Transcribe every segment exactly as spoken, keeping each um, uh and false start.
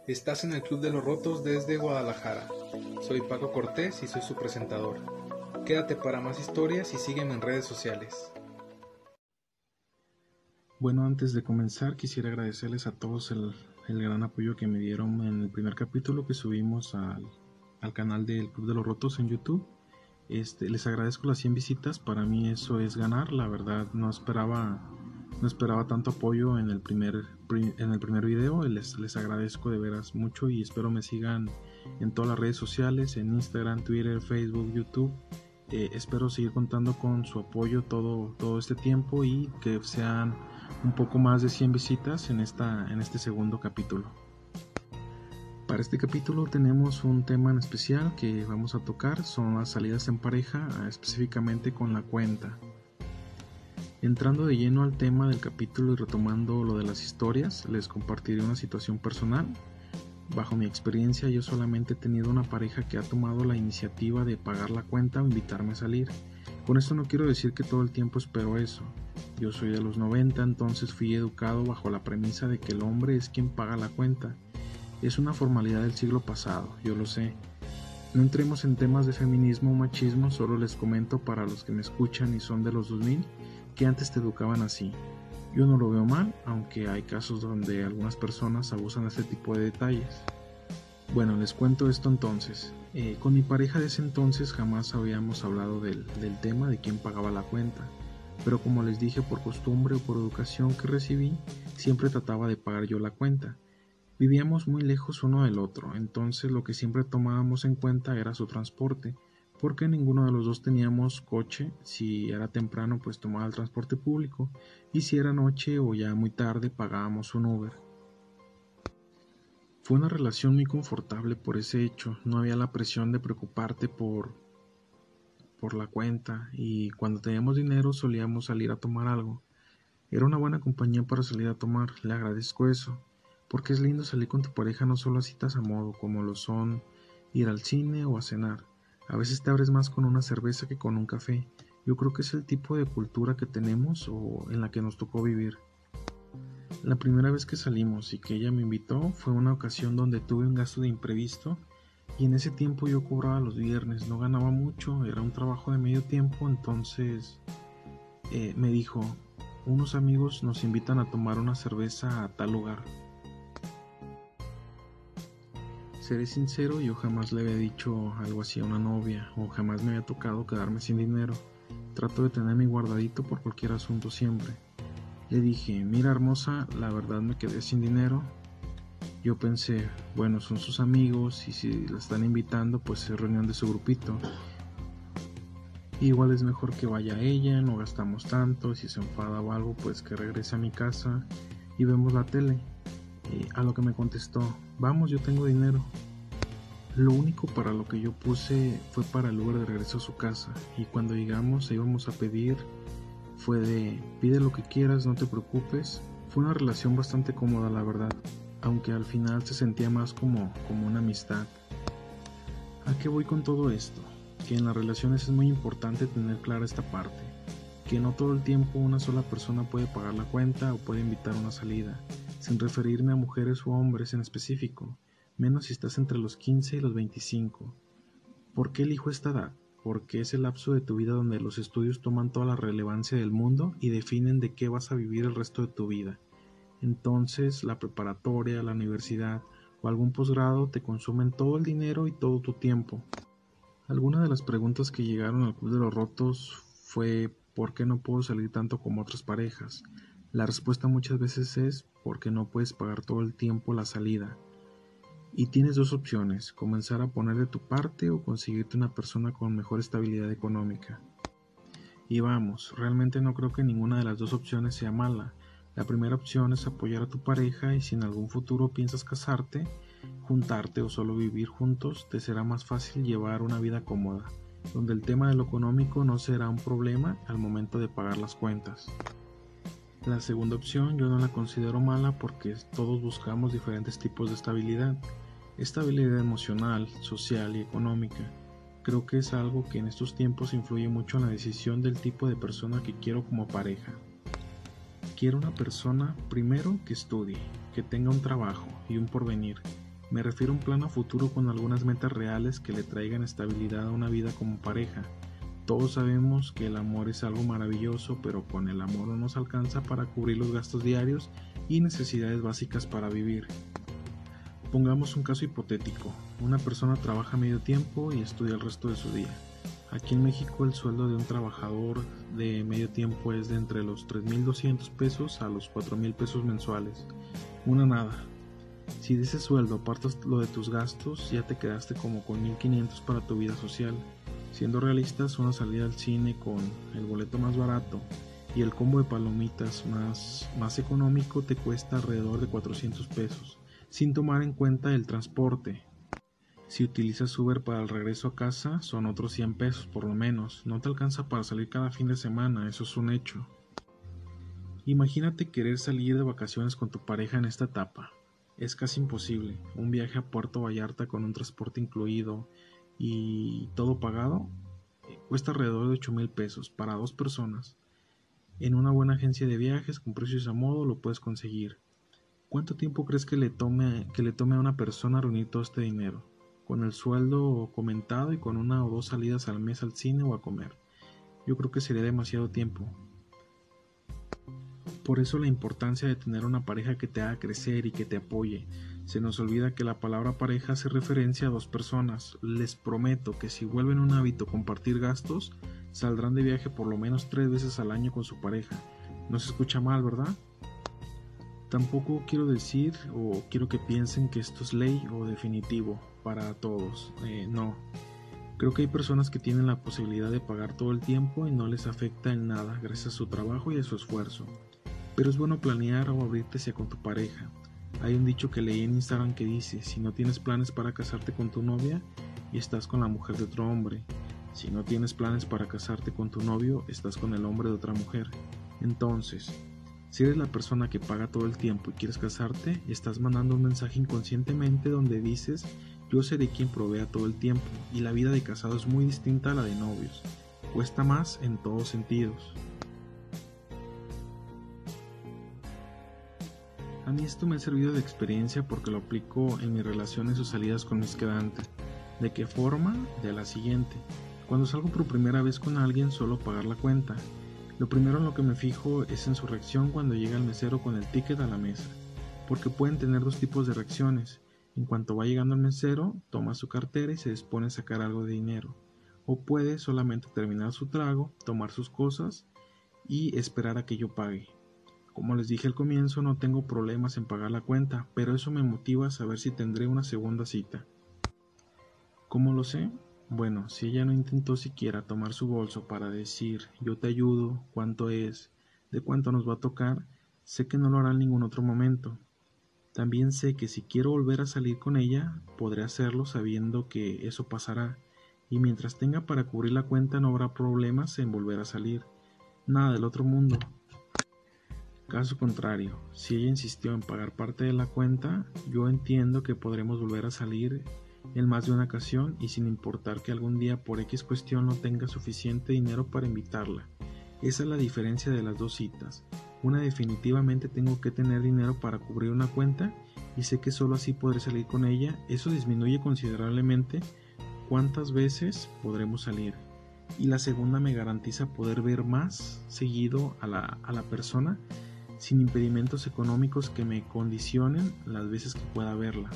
Estás en el Club de los Rotos desde Guadalajara. Soy Paco Cortés y soy su presentador. Quédate para más historias y sígueme en redes sociales. Bueno, antes de comenzar quisiera agradecerles a todos el, el gran apoyo que me dieron en el primer capítulo que subimos al, al canal del Club de los Rotos en YouTube. Este, les agradezco las cien visitas, para mí eso es ganar, la verdad no esperaba, no esperaba tanto apoyo en el primer, en el primer video, les, les agradezco de veras mucho y espero me sigan en todas las redes sociales, en Instagram, Twitter, Facebook, YouTube. Eh, espero seguir contando con su apoyo todo, todo este tiempo y que sean un poco más de cien visitas en, esta, en este segundo capítulo. Para este capítulo tenemos un tema en especial que vamos a tocar, son las salidas en pareja, específicamente con la cuenta. Entrando de lleno al tema del capítulo y retomando lo de las historias, les compartiré una situación personal. Bajo mi experiencia, yo solamente he tenido una pareja que ha tomado la iniciativa de pagar la cuenta o invitarme a salir. Con esto no quiero decir que todo el tiempo espero eso. Yo soy de los noventa, entonces fui educado bajo la premisa de que el hombre es quien paga la cuenta. Es una formalidad del siglo pasado, yo lo sé. No entremos en temas de feminismo o machismo, solo les comento para los que me escuchan y son de los dos mil, que antes te educaban así. Yo no lo veo mal, aunque hay casos donde algunas personas abusan de este tipo de detalles. Bueno, les cuento esto entonces. Eh, con mi pareja de ese entonces jamás habíamos hablado del, del tema de quién pagaba la cuenta, pero como les dije, por costumbre o por educación que recibí, siempre trataba de pagar yo la cuenta. Vivíamos muy lejos uno del otro, entonces lo que siempre tomábamos en cuenta era su transporte, porque ninguno de los dos teníamos coche. Si era temprano pues tomaba el transporte público y si era noche o ya muy tarde pagábamos un Uber. Fue una relación muy confortable por ese hecho, no había la presión de preocuparte por, por la cuenta y cuando teníamos dinero solíamos salir a tomar algo. Era una buena compañía para salir a tomar, le agradezco eso. Porque es lindo salir con tu pareja no solo a citas a modo, como lo son ir al cine o a cenar. A veces te abres más con una cerveza que con un café. Yo creo que es el tipo de cultura que tenemos o en la que nos tocó vivir. La primera vez que salimos y que ella me invitó fue una ocasión donde tuve un gasto de imprevisto y en ese tiempo yo cobraba los viernes, no ganaba mucho, era un trabajo de medio tiempo, entonces eh, me dijo, unos amigos nos invitan a tomar una cerveza a tal lugar. Seré sincero, yo jamás le había dicho algo así a una novia o jamás me había tocado quedarme sin dinero. Trato de tener mi guardadito por cualquier asunto siempre. Le dije, mira hermosa, la verdad me quedé sin dinero. Yo pensé, bueno, son sus amigos y si la están invitando pues es reunión de su grupito. Igual es mejor que vaya ella, no gastamos tanto, si se enfada o algo pues que regrese a mi casa y vemos la tele. Y a lo que me contestó, vamos, yo tengo dinero. Lo único para lo que yo puse fue para el Uber de regreso a su casa y cuando llegamos íbamos a pedir, fue de pide lo que quieras, no te preocupes. Fue una relación bastante cómoda la verdad, aunque al final se sentía más como, como una amistad. ¿A qué voy con todo esto? Que en las relaciones es muy importante tener clara esta parte, que no todo el tiempo una sola persona puede pagar la cuenta o puede invitar una salida, sin referirme a mujeres o hombres en específico, menos si estás entre los quince y los veinticinco. ¿Por qué elijo esta edad? Porque es el lapso de tu vida donde los estudios toman toda la relevancia del mundo y definen de qué vas a vivir el resto de tu vida. Entonces, la preparatoria, la universidad o algún posgrado te consumen todo el dinero y todo tu tiempo. Algunas de las preguntas que llegaron al Club de los Rotos fue ¿por qué no puedo salir tanto como otras parejas? La respuesta muchas veces es porque no puedes pagar todo el tiempo la salida. Y tienes dos opciones, comenzar a poner de tu parte o conseguirte una persona con mejor estabilidad económica. Y vamos, realmente no creo que ninguna de las dos opciones sea mala. La primera opción es apoyar a tu pareja y si en algún futuro piensas casarte, juntarte o solo vivir juntos, te será más fácil llevar una vida cómoda, donde el tema de lo económico no será un problema al momento de pagar las cuentas. La segunda opción yo no la considero mala porque todos buscamos diferentes tipos de estabilidad, estabilidad emocional, social y económica. Creo que es algo que en estos tiempos influye mucho en la decisión del tipo de persona que quiero como pareja. Quiero una persona, primero, que estudie, que tenga un trabajo y un porvenir, Me refiero a un plan a futuro con algunas metas reales que le traigan estabilidad a una vida como pareja. Todos sabemos que el amor es algo maravilloso, pero con el amor no nos alcanza para cubrir los gastos diarios y necesidades básicas para vivir. Pongamos un caso hipotético. Una persona trabaja medio tiempo y estudia el resto de su día. Aquí en México el sueldo de un trabajador de medio tiempo es de entre los tres mil doscientos pesos a los cuatro mil pesos mensuales. Una nada. Si de ese sueldo apartas lo de tus gastos, ya te quedaste como con mil quinientos para tu vida social. Siendo realistas, una salida al cine con el boleto más barato y el combo de palomitas más, más económico te cuesta alrededor de cuatrocientos pesos, sin tomar en cuenta el transporte. Si utilizas Uber para el regreso a casa, son otros cien pesos por lo menos. No te alcanza para salir cada fin de semana, eso es un hecho. Imagínate querer salir de vacaciones con tu pareja en esta etapa. Es casi imposible. Un viaje a Puerto Vallarta con un transporte incluido y todo pagado cuesta alrededor de ocho mil pesos para dos personas. En una buena agencia de viajes con precios a modo lo puedes conseguir. ¿Cuánto tiempo crees que le tome, que le tome a una persona reunir todo este dinero? Con el sueldo comentado y con una o dos salidas al mes al cine o a comer. Yo creo que sería demasiado tiempo. Por eso la importancia de tener una pareja que te haga crecer y que te apoye. Se nos olvida que la palabra pareja hace referencia a dos personas. Les prometo que si vuelven un hábito compartir gastos, saldrán de viaje por lo menos tres veces al año con su pareja. No se escucha mal, ¿verdad? Tampoco quiero decir o quiero que piensen que esto es ley o definitivo para todos. Eh, no. Creo que hay personas que tienen la posibilidad de pagar todo el tiempo y no les afecta en nada gracias a su trabajo y a su esfuerzo. Pero es bueno planear o abrirte hacia con tu pareja. Hay un dicho que leí en Instagram que dice: si no tienes planes para casarte con tu novia, y estás con la mujer de otro hombre. Si no tienes planes para casarte con tu novio, estás con el hombre de otra mujer. Entonces, si eres la persona que paga todo el tiempo y quieres casarte, estás mandando un mensaje inconscientemente donde dices: yo seré quien provea todo el tiempo, y la vida de casado es muy distinta a la de novios. Cuesta más en todos sentidos. A mí esto me ha servido de experiencia porque lo aplico en mis relaciones o salidas con mis quedantes. ¿De qué forma? De la siguiente. Cuando salgo por primera vez con alguien suelo pagar la cuenta. Lo primero en lo que me fijo es en su reacción cuando llega el mesero con el ticket a la mesa, porque pueden tener dos tipos de reacciones. En cuanto va llegando el mesero, toma su cartera y se dispone a sacar algo de dinero, o puede solamente terminar su trago, tomar sus cosas y esperar a que yo pague. Como les dije al comienzo, no tengo problemas en pagar la cuenta, pero eso me motiva a saber si tendré una segunda cita. ¿Cómo lo sé? Bueno, si ella no intentó siquiera tomar su bolso para decir yo te ayudo, cuánto es, de cuánto nos va a tocar, sé que no lo hará en ningún otro momento. También sé que si quiero volver a salir con ella, podré hacerlo sabiendo que eso pasará, y mientras tenga para cubrir la cuenta no habrá problemas en volver a salir. Nada del otro mundo. Caso contrario, si ella insistió en pagar parte de la cuenta, yo entiendo que podremos volver a salir en más de una ocasión y sin importar que algún día por X cuestión no tenga suficiente dinero para invitarla. Esa es la diferencia de las dos citas. Una definitivamente tengo que tener dinero para cubrir una cuenta y sé que solo así podré salir con ella. Eso disminuye considerablemente cuántas veces podremos salir. Y la segunda me garantiza poder ver más seguido a la, a la persona sin impedimentos económicos que me condicionen las veces que pueda verla.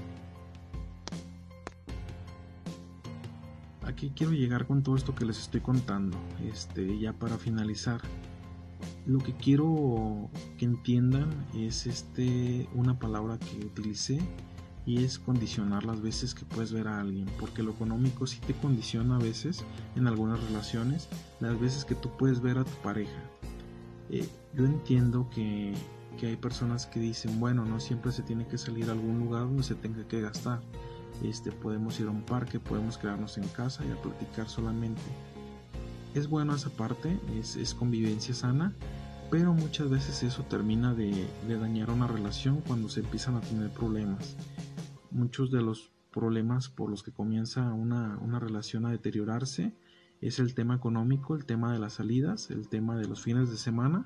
Aquí quiero llegar con todo esto que les estoy contando, este, ya para finalizar. Lo que quiero que entiendan es este, una palabra que utilicé, y es condicionar las veces que puedes ver a alguien, porque lo económico sí te condiciona a veces en algunas relaciones, las veces que tú puedes ver a tu pareja. Eh, yo entiendo que, que hay personas que dicen, bueno, no siempre se tiene que salir a algún lugar donde se tenga que gastar. Este, podemos ir a un parque, podemos quedarnos en casa y a platicar solamente. Es bueno esa parte, es, es convivencia sana, pero muchas veces eso termina de, de dañar una relación cuando se empiezan a tener problemas. Muchos de los problemas por los que comienza una, una relación a deteriorarse es el tema económico, el tema de las salidas, el tema de los fines de semana.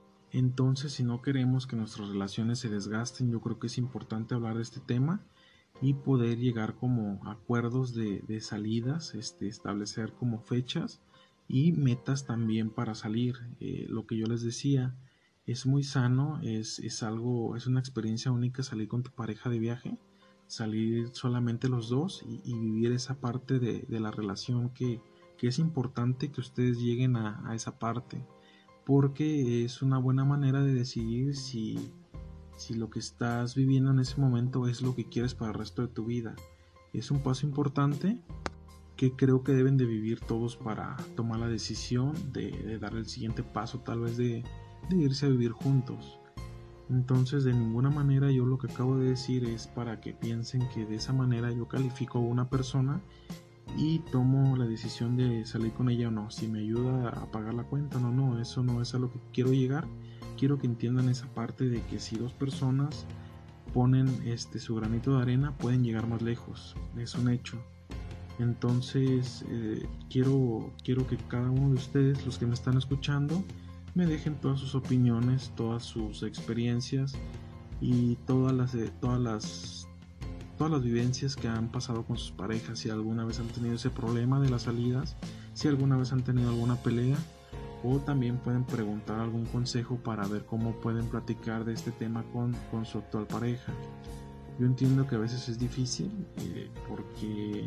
Entonces, si no queremos que nuestras relaciones se desgasten, yo creo que es importante hablar de este tema y poder llegar como a acuerdos de, de salidas, este, establecer como fechas y metas también para salir. Eh, lo que yo les decía, es muy sano, es, es algo, es una experiencia única salir con tu pareja de viaje, salir solamente los dos y, y vivir esa parte de, de la relación que, que es importante que ustedes lleguen a, a esa parte, porque es una buena manera de decidir si, si lo que estás viviendo en ese momento es lo que quieres para el resto de tu vida. Es un paso importante que creo que deben de vivir todos para tomar la decisión de, de dar el siguiente paso, tal vez de, de irse a vivir juntos. Entonces, de ninguna manera yo lo que acabo de decir es para que piensen que de esa manera yo califico a una persona y tomo la decisión de salir con ella o no, si me ayuda a pagar la cuenta. No, no, eso no es a lo que quiero llegar. Quiero que entiendan esa parte de que si dos personas ponen este su granito de arena, pueden llegar más lejos. Es un hecho. Entonces eh, quiero, quiero que cada uno de ustedes, los que me están escuchando, me dejen todas sus opiniones, todas sus experiencias y todas las, todas las, todas las vivencias que han pasado con sus parejas. Si alguna vez han tenido ese problema de las salidas, si alguna vez han tenido alguna pelea, o también pueden preguntar algún consejo para ver cómo pueden platicar de este tema con, con su actual pareja. Yo entiendo que a veces es difícil eh, porque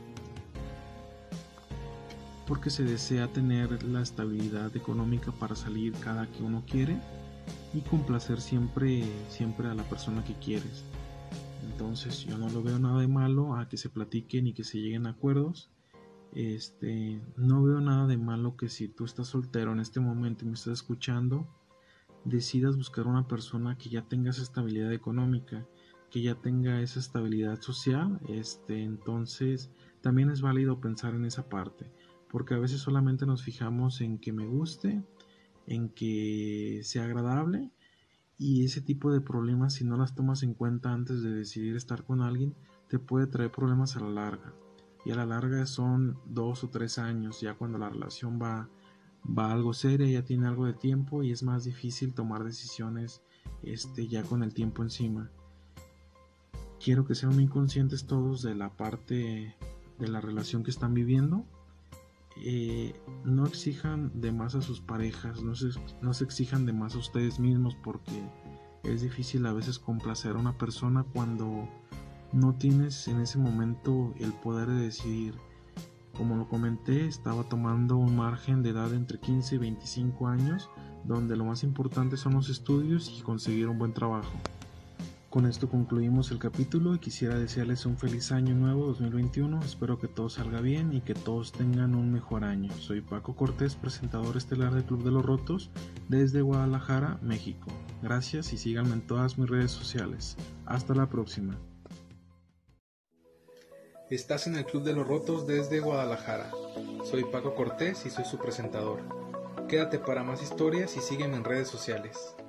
porque se desea tener la estabilidad económica para salir cada que uno quiere y complacer siempre, siempre a la persona que quieres. Entonces yo no lo veo nada de malo a que se platiquen y que se lleguen a acuerdos. Este, no veo nada de malo que si tú estás soltero en este momento y me estás escuchando, decidas buscar una persona que ya tenga esa estabilidad económica, que ya tenga esa estabilidad social. Este, entonces también es válido pensar en esa parte, porque a veces solamente nos fijamos en que me guste, en que sea agradable, y ese tipo de problemas, si no las tomas en cuenta antes de decidir estar con alguien, te puede traer problemas a la larga. Y a la larga son dos o tres años, ya cuando la relación va, va algo seria, ya tiene algo de tiempo y es más difícil tomar decisiones este, ya con el tiempo encima. Quiero que sean muy conscientes todos de la parte de la relación que están viviendo. Eh, no exijan de más a sus parejas, no se, no se exijan de más a ustedes mismos, porque es difícil a veces complacer a una persona cuando no tienes en ese momento el poder de decidir. Como lo comenté, estaba tomando un margen de edad entre quince y veinticinco años, donde lo más importante son los estudios y conseguir un buen trabajo. Con esto concluimos el capítulo y quisiera desearles un feliz año nuevo dos mil veintiuno. Espero que todo salga bien y que todos tengan un mejor año. Soy Paco Cortés, presentador estelar del Club de los Rotos desde Guadalajara, México. Gracias y síganme en todas mis redes sociales. Hasta la próxima. Estás en el Club de los Rotos desde Guadalajara. Soy Paco Cortés y soy su presentador. Quédate para más historias y sígueme en redes sociales.